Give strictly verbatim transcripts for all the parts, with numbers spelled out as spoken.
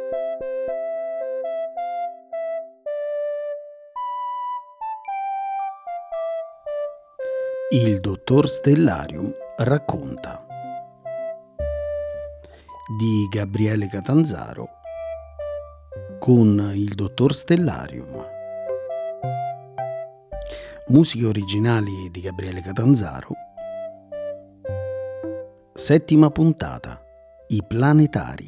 Il dottor Stellarium racconta di Gabriele Catanzaro con il dottor Stellarium. Musiche originali di Gabriele Catanzaro. Settima puntata. I planetari.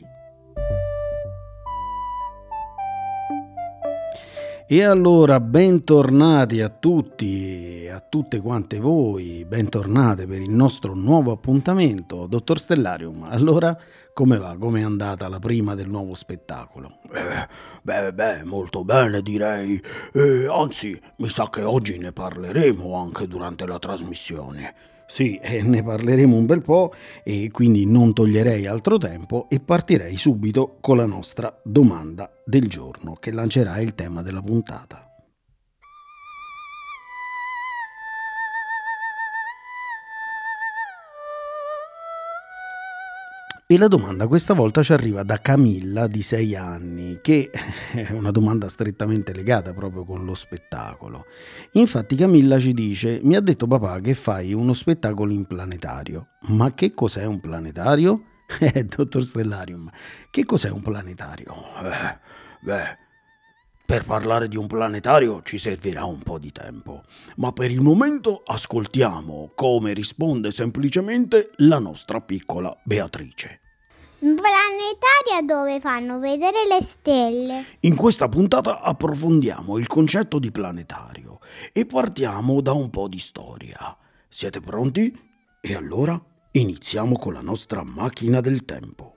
E allora, bentornati a tutti e a tutte quante voi, bentornate per il nostro nuovo appuntamento. Dottor Stellarium, allora come va? Come è andata la prima del nuovo spettacolo? Eh, beh, beh, molto bene direi, eh, anzi mi sa che oggi ne parleremo anche durante la trasmissione. Sì, eh, ne parleremo un bel po' e quindi non toglierei altro tempo e partirei subito con la nostra domanda del giorno che lancerà il tema della puntata. E la domanda questa volta ci arriva da Camilla di sei anni, che è una domanda strettamente legata proprio con lo spettacolo. Infatti Camilla ci dice: mi ha detto papà che fai uno spettacolo in planetario. Ma che cos'è un planetario? Eh, dottor Stellarium, che cos'è un planetario? Eh, beh, per parlare di un planetario ci servirà un po' di tempo, ma per il momento ascoltiamo come risponde semplicemente la nostra piccola Beatrice. Un planetario dove fanno vedere le stelle. In questa puntata approfondiamo il concetto di planetario e partiamo da un po' di storia. Siete pronti? E allora iniziamo con la nostra macchina del tempo.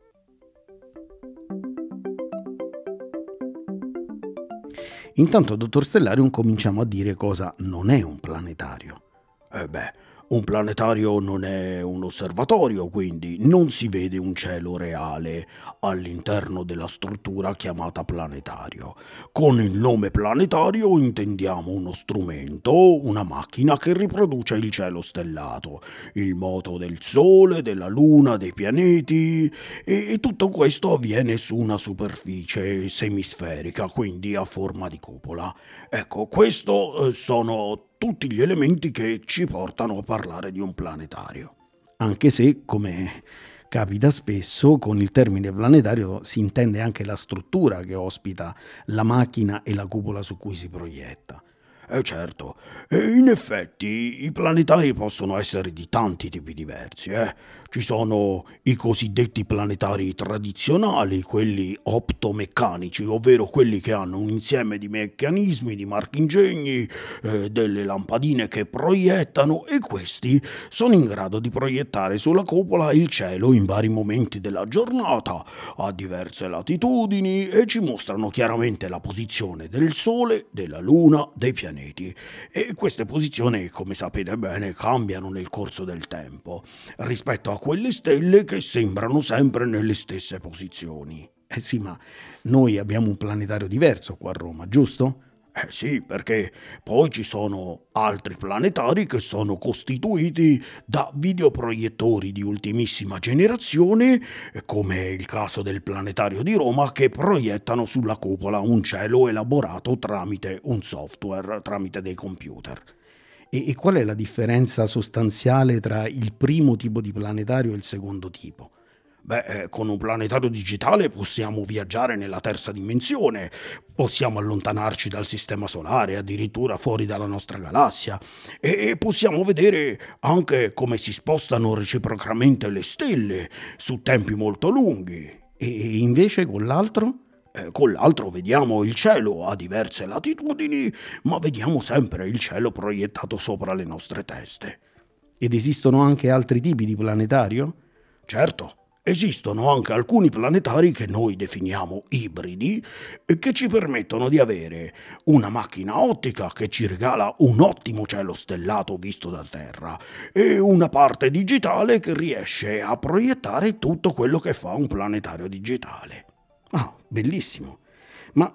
Intanto, dottor Stellarium, cominciamo a dire cosa non è un planetario. Eh beh, un planetario non è un osservatorio, quindi non si vede un cielo reale all'interno della struttura chiamata planetario. Con il nome planetario intendiamo uno strumento, una macchina che riproduce il cielo stellato, il moto del Sole, della Luna, dei pianeti, e, e tutto questo avviene su una superficie semisferica, quindi a forma di cupola. Ecco, questo eh, sono tutti gli elementi che ci portano a parlare di un planetario. Anche se, come capita spesso, con il termine planetario si intende anche la struttura che ospita la macchina e la cupola su cui si proietta. Eh certo, e in effetti i planetari possono essere di tanti tipi diversi, eh. Ci sono i cosiddetti planetari tradizionali, quelli optomeccanici, ovvero quelli che hanno un insieme di meccanismi, di marchingegni, eh, delle lampadine che proiettano, e questi sono in grado di proiettare sulla cupola il cielo in vari momenti della giornata, a diverse latitudini, e ci mostrano chiaramente la posizione del Sole, della Luna, dei pianeti. E queste posizioni, come sapete bene, cambiano nel corso del tempo, rispetto a quelle stelle che sembrano sempre nelle stesse posizioni. Eh sì, ma noi abbiamo un planetario diverso qua a Roma, giusto? Eh sì, perché poi ci sono altri planetari che sono costituiti da videoproiettori di ultimissima generazione, come il caso del planetario di Roma, che proiettano sulla cupola un cielo elaborato tramite un software, tramite dei computer. E, e qual è la differenza sostanziale tra il primo tipo di planetario e il secondo tipo? Beh, eh, con un planetario digitale possiamo viaggiare nella terza dimensione, possiamo allontanarci dal sistema solare, addirittura fuori dalla nostra galassia, e possiamo vedere anche come si spostano reciprocamente le stelle su tempi molto lunghi. E invece con l'altro? Eh, con l'altro vediamo il cielo a diverse latitudini, ma vediamo sempre il cielo proiettato sopra le nostre teste. Ed esistono anche altri tipi di planetario? Certo. Esistono anche alcuni planetari che noi definiamo ibridi e che ci permettono di avere una macchina ottica che ci regala un ottimo cielo stellato visto da Terra e una parte digitale che riesce a proiettare tutto quello che fa un planetario digitale. Ah, bellissimo! Ma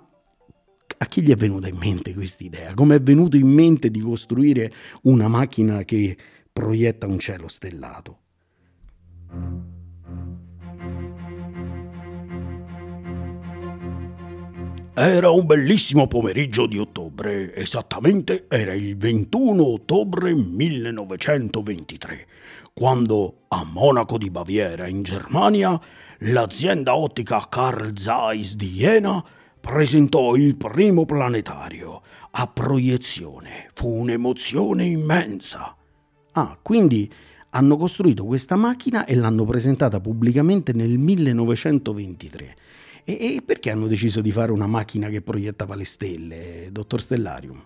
a chi gli è venuta in mente questa idea? Come è venuto in mente di costruire una macchina che proietta un cielo stellato? Era un bellissimo pomeriggio di ottobre, esattamente era il ventuno ottobre millenovecentoventitré, quando a Monaco di Baviera, in Germania, l'azienda ottica Carl Zeiss di Jena presentò il primo planetario a proiezione. Fu un'emozione immensa. Ah, quindi hanno costruito questa macchina e l'hanno presentata pubblicamente nel millenovecentoventitré. E, e perché hanno deciso di fare una macchina che proiettava le stelle, dottor Stellarium?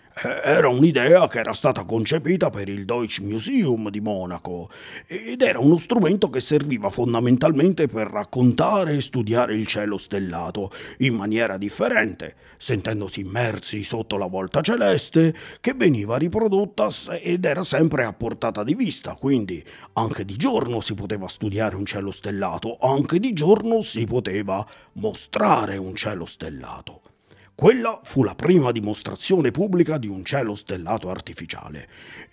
Era un'idea che era stata concepita per il Deutsche Museum di Monaco ed era uno strumento che serviva fondamentalmente per raccontare e studiare il cielo stellato in maniera differente, sentendosi immersi sotto la volta celeste che veniva riprodotta ed era sempre a portata di vista, quindi anche di giorno si poteva studiare un cielo stellato, anche di giorno si poteva mostrare un cielo stellato. Quella fu la prima dimostrazione pubblica di un cielo stellato artificiale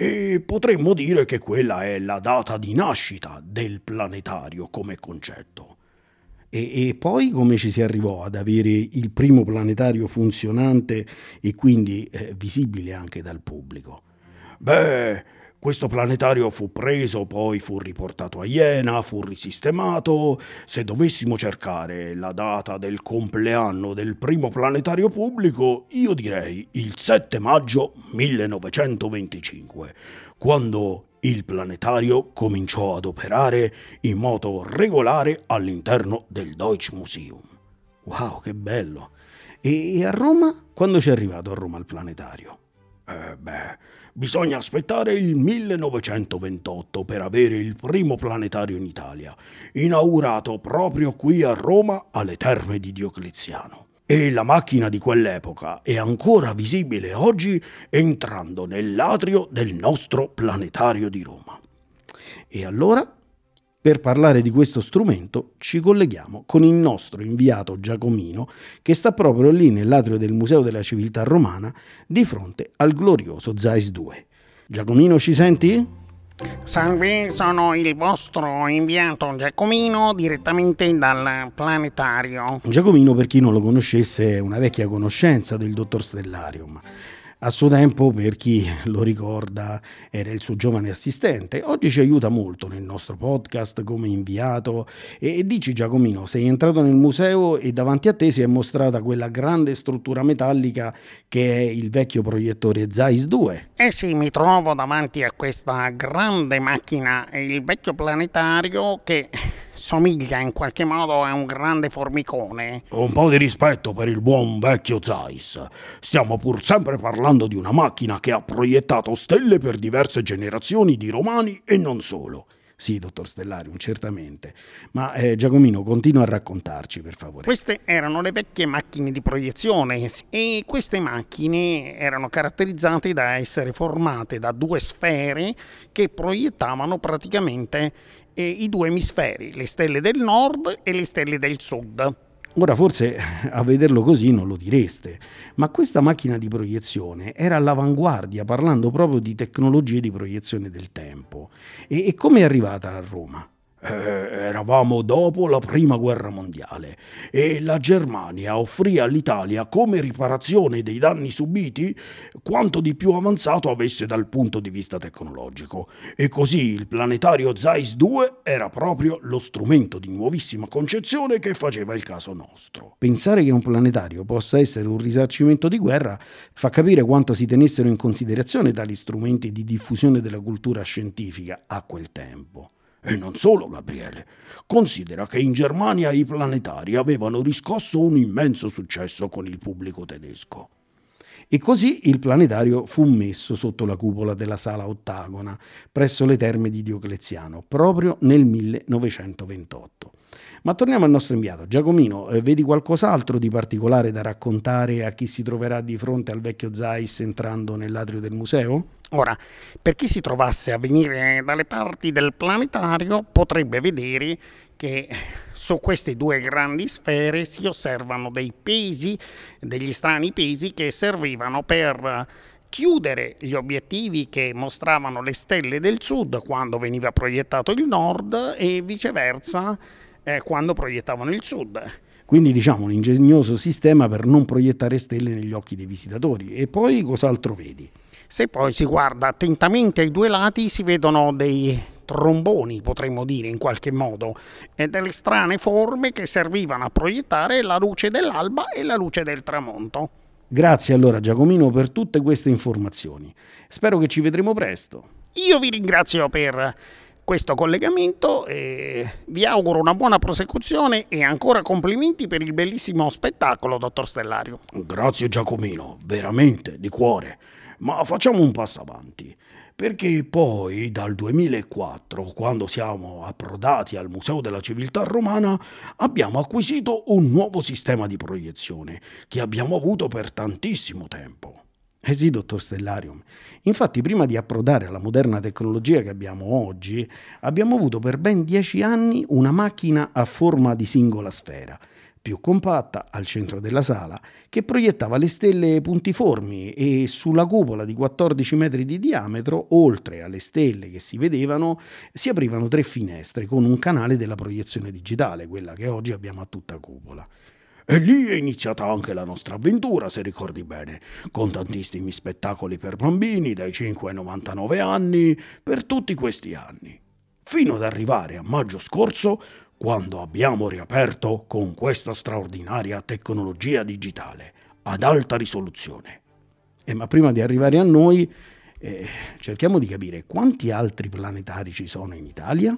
e potremmo dire che quella è la data di nascita del planetario come concetto. E, e poi come ci si arrivò ad avere il primo planetario funzionante e quindi eh, visibile anche dal pubblico? Beh, questo planetario fu preso, poi fu riportato a Jena, fu risistemato. Se dovessimo cercare la data del compleanno del primo planetario pubblico, io direi il sette maggio millenovecentoventicinque, quando il planetario cominciò ad operare in modo regolare all'interno del Deutsche Museum. Wow, che bello! E a Roma? Quando ci è arrivato a Roma il planetario? Eh beh, bisogna aspettare il millenovecentoventotto per avere il primo planetario in Italia, inaugurato proprio qui a Roma alle Terme di Diocleziano. E la macchina di quell'epoca è ancora visibile oggi entrando nell'atrio del nostro planetario di Roma. E allora, per parlare di questo strumento, ci colleghiamo con il nostro inviato Giacomino, che sta proprio lì nell'atrio del Museo della Civiltà Romana, di fronte al glorioso Zeiss due. Giacomino, ci senti? Salve, sono il vostro inviato Giacomino direttamente dal planetario. Giacomino, per chi non lo conoscesse, è una vecchia conoscenza del dottor Stellarium. A suo tempo, per chi lo ricorda, era il suo giovane assistente. Oggi ci aiuta molto nel nostro podcast come inviato. E, e dici, Giacomino, sei entrato nel museo e davanti a te si è mostrata quella grande struttura metallica che è il vecchio proiettore Zeiss due. Eh sì, mi trovo davanti a questa grande macchina, il vecchio planetario che somiglia in qualche modo a un grande formicone. Un po' di rispetto per il buon vecchio Zeiss. Stiamo pur sempre parlando di una macchina che ha proiettato stelle per diverse generazioni di romani e non solo. Sì, dottor Stellarium, certamente. Ma eh, Giacomino, continua a raccontarci, per favore. Queste erano le vecchie macchine di proiezione e queste macchine erano caratterizzate da essere formate da due sfere che proiettavano praticamente eh, i due emisferi, le stelle del nord e le stelle del sud. Ora forse a vederlo così non lo direste, ma questa macchina di proiezione era all'avanguardia parlando proprio di tecnologie di proiezione del tempo. E, e come è arrivata a Roma? Eh, eravamo dopo la prima guerra mondiale e la Germania offrì all'Italia come riparazione dei danni subiti quanto di più avanzato avesse dal punto di vista tecnologico, e così il planetario Zeiss due era proprio lo strumento di nuovissima concezione che faceva il caso nostro. Pensare che un planetario possa essere un risarcimento di guerra fa capire quanto si tenessero in considerazione tali strumenti di diffusione della cultura scientifica a quel tempo. E non solo, Gabriele. Considera che in Germania i planetari avevano riscosso un immenso successo con il pubblico tedesco. E così il planetario fu messo sotto la cupola della Sala Ottagona, presso le Terme di Diocleziano, proprio nel millenovecentoventotto. Ma torniamo al nostro inviato. Giacomino, eh, vedi qualcos'altro di particolare da raccontare a chi si troverà di fronte al vecchio Zeiss entrando nell'atrio del museo? Ora, per chi si trovasse a venire dalle parti del planetario potrebbe vedere che su queste due grandi sfere si osservano dei pesi, degli strani pesi che servivano per chiudere gli obiettivi che mostravano le stelle del sud quando veniva proiettato il nord e viceversa eh, quando proiettavano il sud. Quindi diciamo un ingegnoso sistema per non proiettare stelle negli occhi dei visitatori. E poi cos'altro vedi? Se poi si guarda attentamente ai due lati si vedono dei tromboni, potremmo dire in qualche modo, e delle strane forme che servivano a proiettare la luce dell'alba e la luce del tramonto. Grazie allora Giacomino per tutte queste informazioni. Spero che ci vedremo presto. Io vi ringrazio per questo collegamento e vi auguro una buona prosecuzione e ancora complimenti per il bellissimo spettacolo, dottor Stellario. Grazie Giacomino, veramente, di cuore. Ma facciamo un passo avanti, perché poi dal duemilaquattro, quando siamo approdati al Museo della Civiltà Romana, abbiamo acquisito un nuovo sistema di proiezione che abbiamo avuto per tantissimo tempo. Eh sì, dottor Stellarium. Infatti, prima di approdare alla moderna tecnologia che abbiamo oggi, abbiamo avuto per ben dieci anni una macchina a forma di singola sfera, più compatta, al centro della sala, che proiettava le stelle puntiformi e sulla cupola di quattordici metri di diametro, oltre alle stelle che si vedevano, si aprivano tre finestre con un canale della proiezione digitale, quella che oggi abbiamo a tutta cupola. E lì è iniziata anche la nostra avventura, se ricordi bene, con tantissimi spettacoli per bambini dai cinque ai novantanove anni, per tutti questi anni, fino ad arrivare a maggio scorso, quando abbiamo riaperto con questa straordinaria tecnologia digitale ad alta risoluzione. Eh, ma prima di arrivare a noi, eh, cerchiamo di capire quanti altri planetari ci sono in Italia?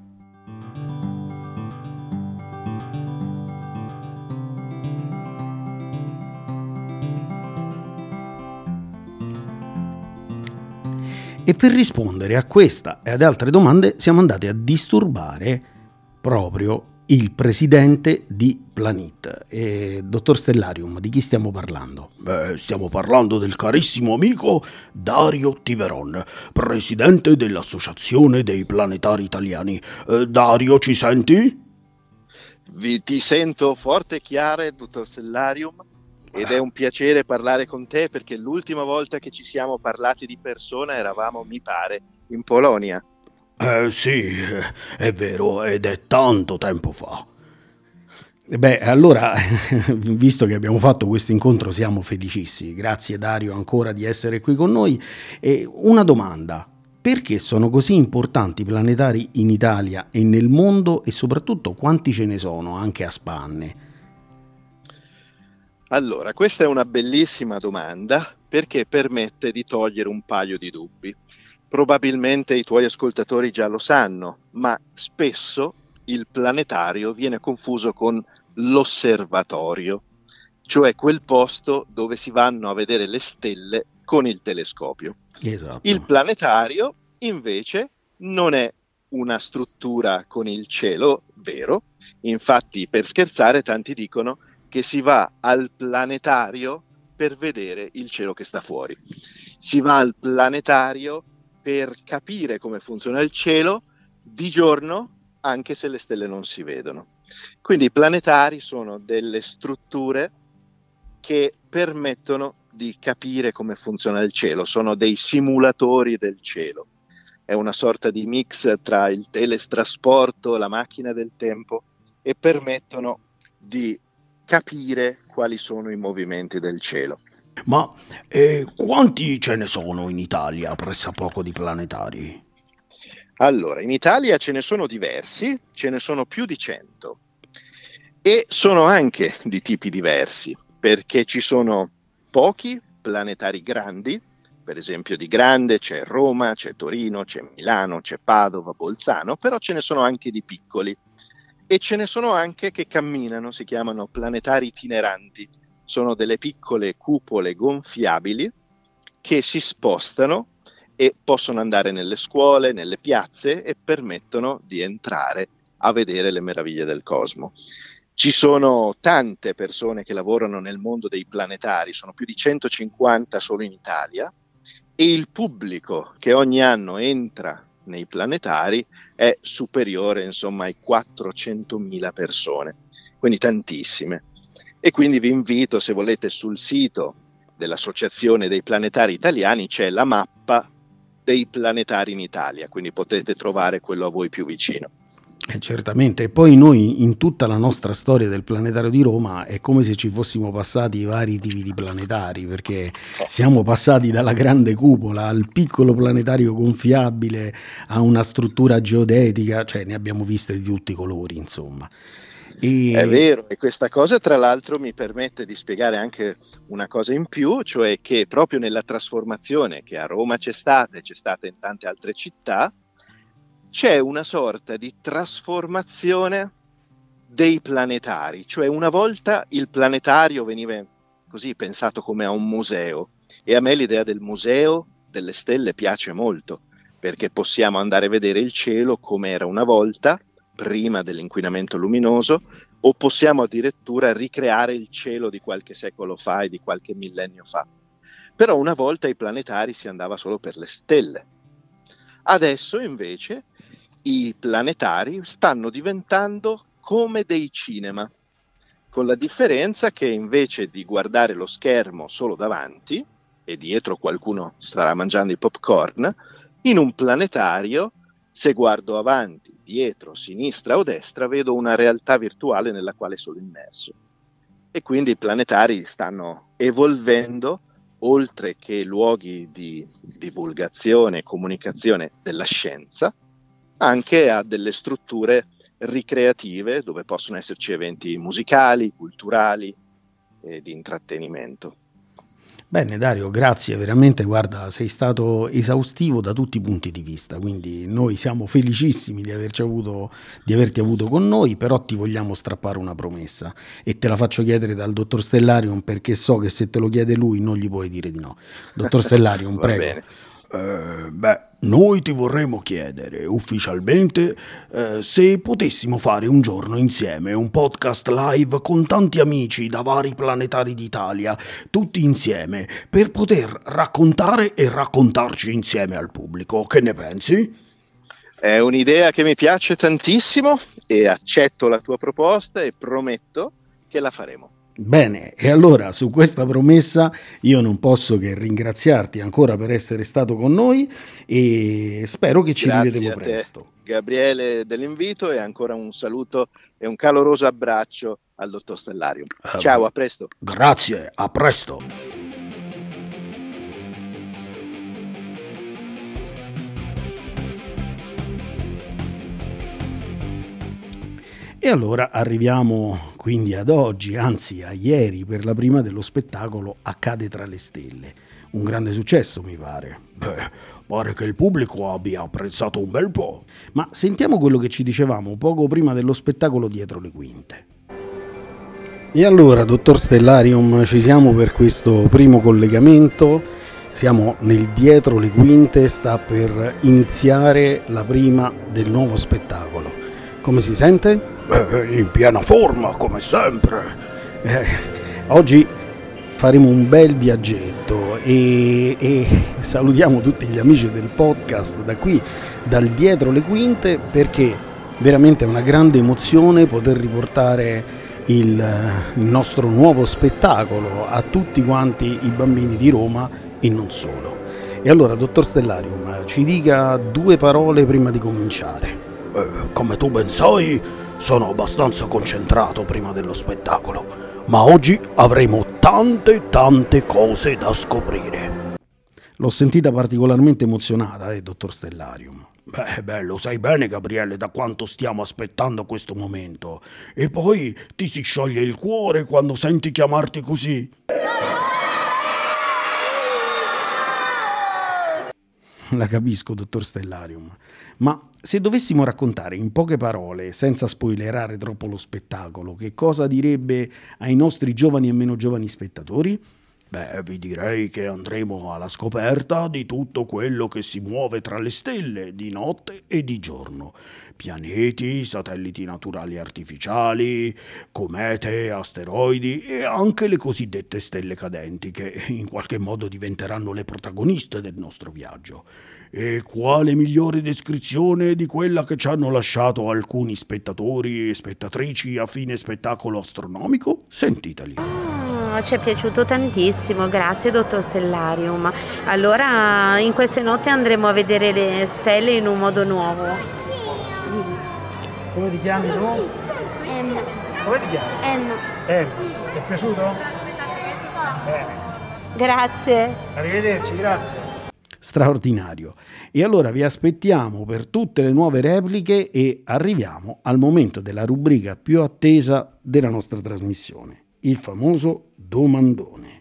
E per rispondere a questa e ad altre domande siamo andati a disturbare proprio il presidente di Planit. E, dottor Stellarium, di chi stiamo parlando? Beh, stiamo parlando del carissimo amico Dario Tiveron, presidente dell'Associazione dei Planetari Italiani. Eh, Dario, ci senti? Vi, ti sento forte e chiare, dottor Stellarium, ed è un piacere parlare con te perché l'ultima volta che ci siamo parlati di persona eravamo, mi pare, in Polonia. Eh sì, è vero, ed è tanto tempo fa. Beh, allora, visto che abbiamo fatto questo incontro, siamo felicissimi. Grazie Dario ancora di essere qui con noi. E una domanda: perché sono così importanti i planetari in Italia e nel mondo, e soprattutto quanti ce ne sono anche a spanne? Allora, questa è una bellissima domanda perché permette di togliere un paio di dubbi. Probabilmente i tuoi ascoltatori già lo sanno, ma spesso il planetario viene confuso con l'osservatorio, cioè quel posto dove si vanno a vedere le stelle con il telescopio. Esatto. Il planetario invece non è una struttura con il cielo vero, infatti per scherzare tanti dicono che si va al planetario per vedere il cielo che sta fuori. Si va al planetario per capire come funziona il cielo di giorno, anche se le stelle non si vedono. Quindi i planetari sono delle strutture che permettono di capire come funziona il cielo, sono dei simulatori del cielo. È una sorta di mix tra il teletrasporto, la macchina del tempo, e permettono di capire quali sono i movimenti del cielo. Ma eh, quanti ce ne sono in Italia pressappoco di planetari? Allora, in Italia ce ne sono diversi, ce ne sono più di cento e sono anche di tipi diversi, perché ci sono pochi planetari grandi, per esempio di grande c'è Roma, c'è Torino, c'è Milano, c'è Padova, Bolzano, però ce ne sono anche di piccoli. E ce ne sono anche che camminano, si chiamano planetari itineranti. Sono delle piccole cupole gonfiabili che si spostano e possono andare nelle scuole, nelle piazze e permettono di entrare a vedere le meraviglie del cosmo. Ci sono tante persone che lavorano nel mondo dei planetari, sono più di centocinquanta solo in Italia, e il pubblico che ogni anno entra nei planetari è superiore insomma ai quattrocentomila persone, quindi tantissime. E quindi vi invito, se volete, sul sito dell'Associazione dei Planetari Italiani c'è la mappa dei planetari in Italia, quindi potete trovare quello a voi più vicino. Eh, certamente, e poi noi in tutta la nostra storia del planetario di Roma è come se ci fossimo passati i vari tipi di planetari, perché siamo passati dalla grande cupola al piccolo planetario gonfiabile a una struttura geodetica, cioè ne abbiamo viste di tutti i colori, insomma. E... È vero, e questa cosa tra l'altro mi permette di spiegare anche una cosa in più, cioè che proprio nella trasformazione che a Roma c'è stata e c'è stata in tante altre città, c'è una sorta di trasformazione dei planetari, cioè una volta il planetario veniva così pensato come a un museo, e a me l'idea del museo delle stelle piace molto, perché possiamo andare a vedere il cielo come era una volta, prima dell'inquinamento luminoso, o possiamo addirittura ricreare il cielo di qualche secolo fa e di qualche millennio fa. Però una volta i planetari si andava solo per le stelle. Adesso invece i planetari stanno diventando come dei cinema, con la differenza che invece di guardare lo schermo solo davanti, e dietro qualcuno starà mangiando i popcorn, in un planetario, se guardo avanti, dietro, sinistra o destra, vedo una realtà virtuale nella quale sono immerso. E quindi i planetari stanno evolvendo, oltre che luoghi di divulgazione e comunicazione della scienza, anche a delle strutture ricreative dove possono esserci eventi musicali, culturali e di intrattenimento. Bene Dario, grazie, veramente, guarda, sei stato esaustivo da tutti i punti di vista, quindi noi siamo felicissimi di averci avuto, di averti avuto con noi, però ti vogliamo strappare una promessa e te la faccio chiedere dal dottor Stellarium, perché so che se te lo chiede lui non gli puoi dire di no. Dottor Stellarium, prego. Bene. Eh, beh, noi ti vorremmo chiedere ufficialmente eh, se potessimo fare un giorno insieme un podcast live con tanti amici da vari planetari d'Italia, tutti insieme, per poter raccontare e raccontarci insieme al pubblico. Che ne pensi? È un'idea che mi piace tantissimo e accetto la tua proposta e prometto che la faremo. Bene, e allora su questa promessa io non posso che ringraziarti ancora per essere stato con noi e spero che ci Grazie rivedremo a te, presto. Gabriele, dell'invito, e ancora un saluto e un caloroso abbraccio al dottor Stellarium. Ciao, a presto. Grazie, a presto. E allora arriviamo quindi ad oggi, anzi a ieri, per la prima dello spettacolo Accade tra le stelle. Un grande successo, mi pare. Beh, pare che il pubblico abbia apprezzato un bel po'. Ma sentiamo quello che ci dicevamo poco prima dello spettacolo Dietro le quinte. E allora, dottor Stellarium, ci siamo per questo primo collegamento. Siamo nel Dietro le quinte, sta per iniziare la prima del nuovo spettacolo. Come si sente? Beh, in piena forma, come sempre. Eh, oggi faremo un bel viaggetto e, e salutiamo tutti gli amici del podcast da qui, dal Dietro le quinte, perché veramente è una grande emozione poter riportare il, il nostro nuovo spettacolo a tutti quanti i bambini di Roma e non solo. E allora, dottor Stellarium, ci dica due parole prima di cominciare. Eh, come tu ben sai, sono abbastanza concentrato prima dello spettacolo, ma oggi avremo tante tante cose da scoprire. L'ho sentita particolarmente emozionata, eh, dottor Stellarium. Beh, beh, lo sai bene, Gabriele, da quanto stiamo aspettando questo momento. E poi ti si scioglie il cuore quando senti chiamarti così. La capisco, dottor Stellarium, ma se dovessimo raccontare in poche parole, senza spoilerare troppo lo spettacolo, che cosa direbbe ai nostri giovani e meno giovani spettatori? Beh, vi direi che andremo alla scoperta di tutto quello che si muove tra le stelle, di notte e di giorno. Pianeti, satelliti naturali artificiali, comete, asteroidi e anche le cosiddette stelle cadenti, che in qualche modo diventeranno le protagoniste del nostro viaggio. E quale migliore descrizione di quella che ci hanno lasciato alcuni spettatori e spettatrici a fine spettacolo astronomico? Sentiteli. Ci è piaciuto tantissimo, grazie dottor Stellarium. Allora in queste notti andremo a vedere le stelle in un modo nuovo. Come ti chiami tu? Emma. Come ti chiami? Emma. Emma. Ti è piaciuto? Bene. Grazie. Arrivederci, grazie. Straordinario. E allora vi aspettiamo per tutte le nuove repliche e arriviamo al momento della rubrica più attesa della nostra trasmissione, il famoso domandone.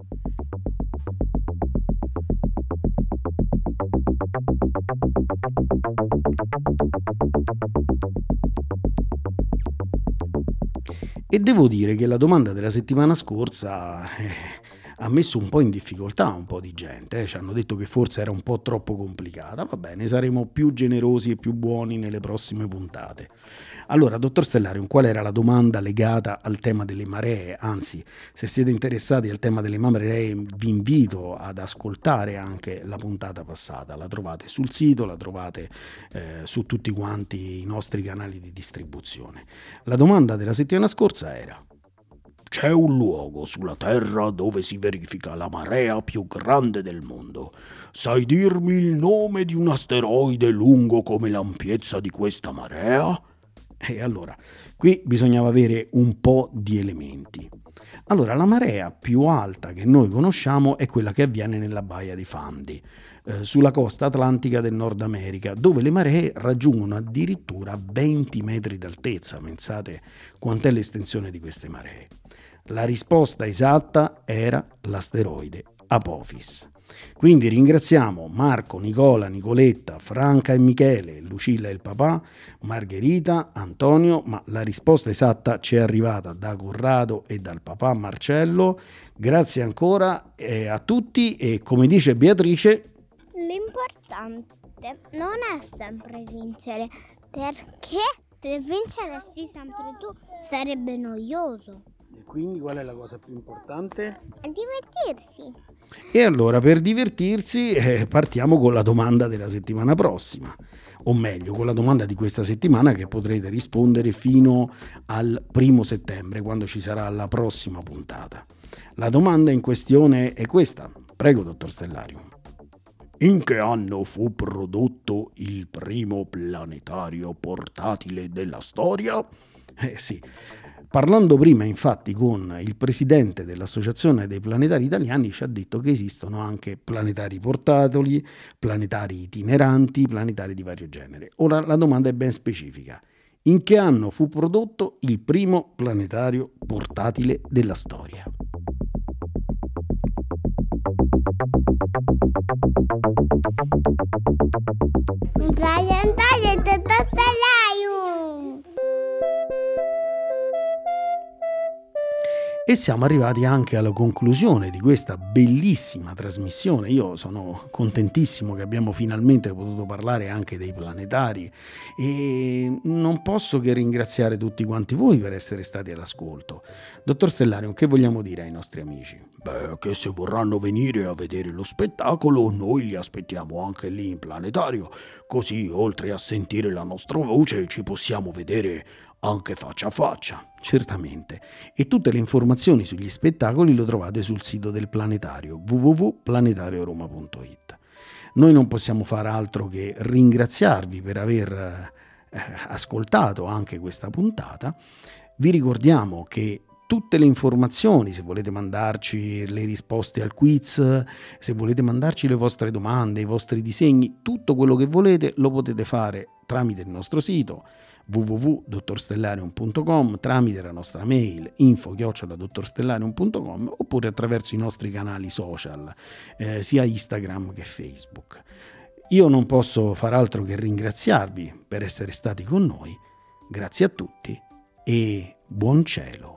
E devo dire che la domanda della settimana scorsa eh, ha messo un po' in difficoltà un po' di gente, eh. Ci hanno detto che forse era un po' troppo complicata. Va bene, saremo più generosi e più buoni nelle prossime puntate. Allora, dottor Stellarium, qual era la domanda legata al tema delle maree? Anzi, se siete interessati al tema delle maree, vi invito ad ascoltare anche la puntata passata. La trovate sul sito, la trovate eh, su tutti quanti i nostri canali di distribuzione. La domanda della settimana scorsa era: c'è un luogo sulla Terra dove si verifica la marea più grande del mondo. Sai dirmi il nome di un asteroide lungo come l'ampiezza di questa marea? E allora, qui bisognava avere un po' di elementi. Allora, la marea più alta che noi conosciamo è quella che avviene nella Baia di Fundy, eh, sulla costa atlantica del Nord America, dove le maree raggiungono addirittura venti metri d'altezza. Pensate quant'è l'estensione di queste maree. La risposta esatta era l'asteroide Apophis. Quindi ringraziamo Marco, Nicola, Nicoletta, Franca e Michele, Lucilla e il papà, Margherita, Antonio, ma la risposta esatta ci è arrivata da Corrado e dal papà Marcello. Grazie ancora eh, a tutti e, come dice Beatrice, l'importante non è sempre vincere, perché se vinceresti sempre tu sarebbe noioso. E quindi qual è la cosa più importante? Divertirsi. E allora, per divertirsi, eh, partiamo con la domanda della settimana prossima, o meglio, con la domanda di questa settimana che potrete rispondere fino al primo settembre, quando ci sarà la prossima puntata. La domanda in questione è questa. Prego, dottor Stellarium. In che anno fu prodotto il primo planetario portatile della storia? Eh sì. Parlando prima infatti con il presidente dell'Associazione dei Planetari Italiani, ci ha detto che esistono anche planetari portatili, planetari itineranti, planetari di vario genere. Ora la domanda è ben specifica. In che anno fu prodotto il primo planetario portatile della storia? Sdraiantaglio e dottor Stellarium. E siamo arrivati anche alla conclusione di questa bellissima trasmissione. Io sono contentissimo che abbiamo finalmente potuto parlare anche dei planetari e non posso che ringraziare tutti quanti voi per essere stati all'ascolto. Dottor Stellarium, che vogliamo dire ai nostri amici? Beh, che se vorranno venire a vedere lo spettacolo, noi li aspettiamo anche lì in planetario, così oltre a sentire la nostra voce ci possiamo vedere anche faccia a faccia. Certamente. E tutte le informazioni sugli spettacoli lo trovate sul sito del planetario w w w punto planetario roma punto i t. Noi non possiamo fare altro che ringraziarvi per aver eh, ascoltato anche questa puntata. Vi ricordiamo che tutte le informazioni, se volete mandarci le risposte al quiz, se volete mandarci le vostre domande, i vostri disegni, tutto quello che volete lo potete fare tramite il nostro sito w w w punto dottor stellarium punto com, tramite la nostra mail info chiocciola dottor stellarium punto com oppure attraverso i nostri canali social, eh, sia Instagram che Facebook. Io non posso far altro che ringraziarvi per essere stati con noi. Grazie a tutti e buon cielo.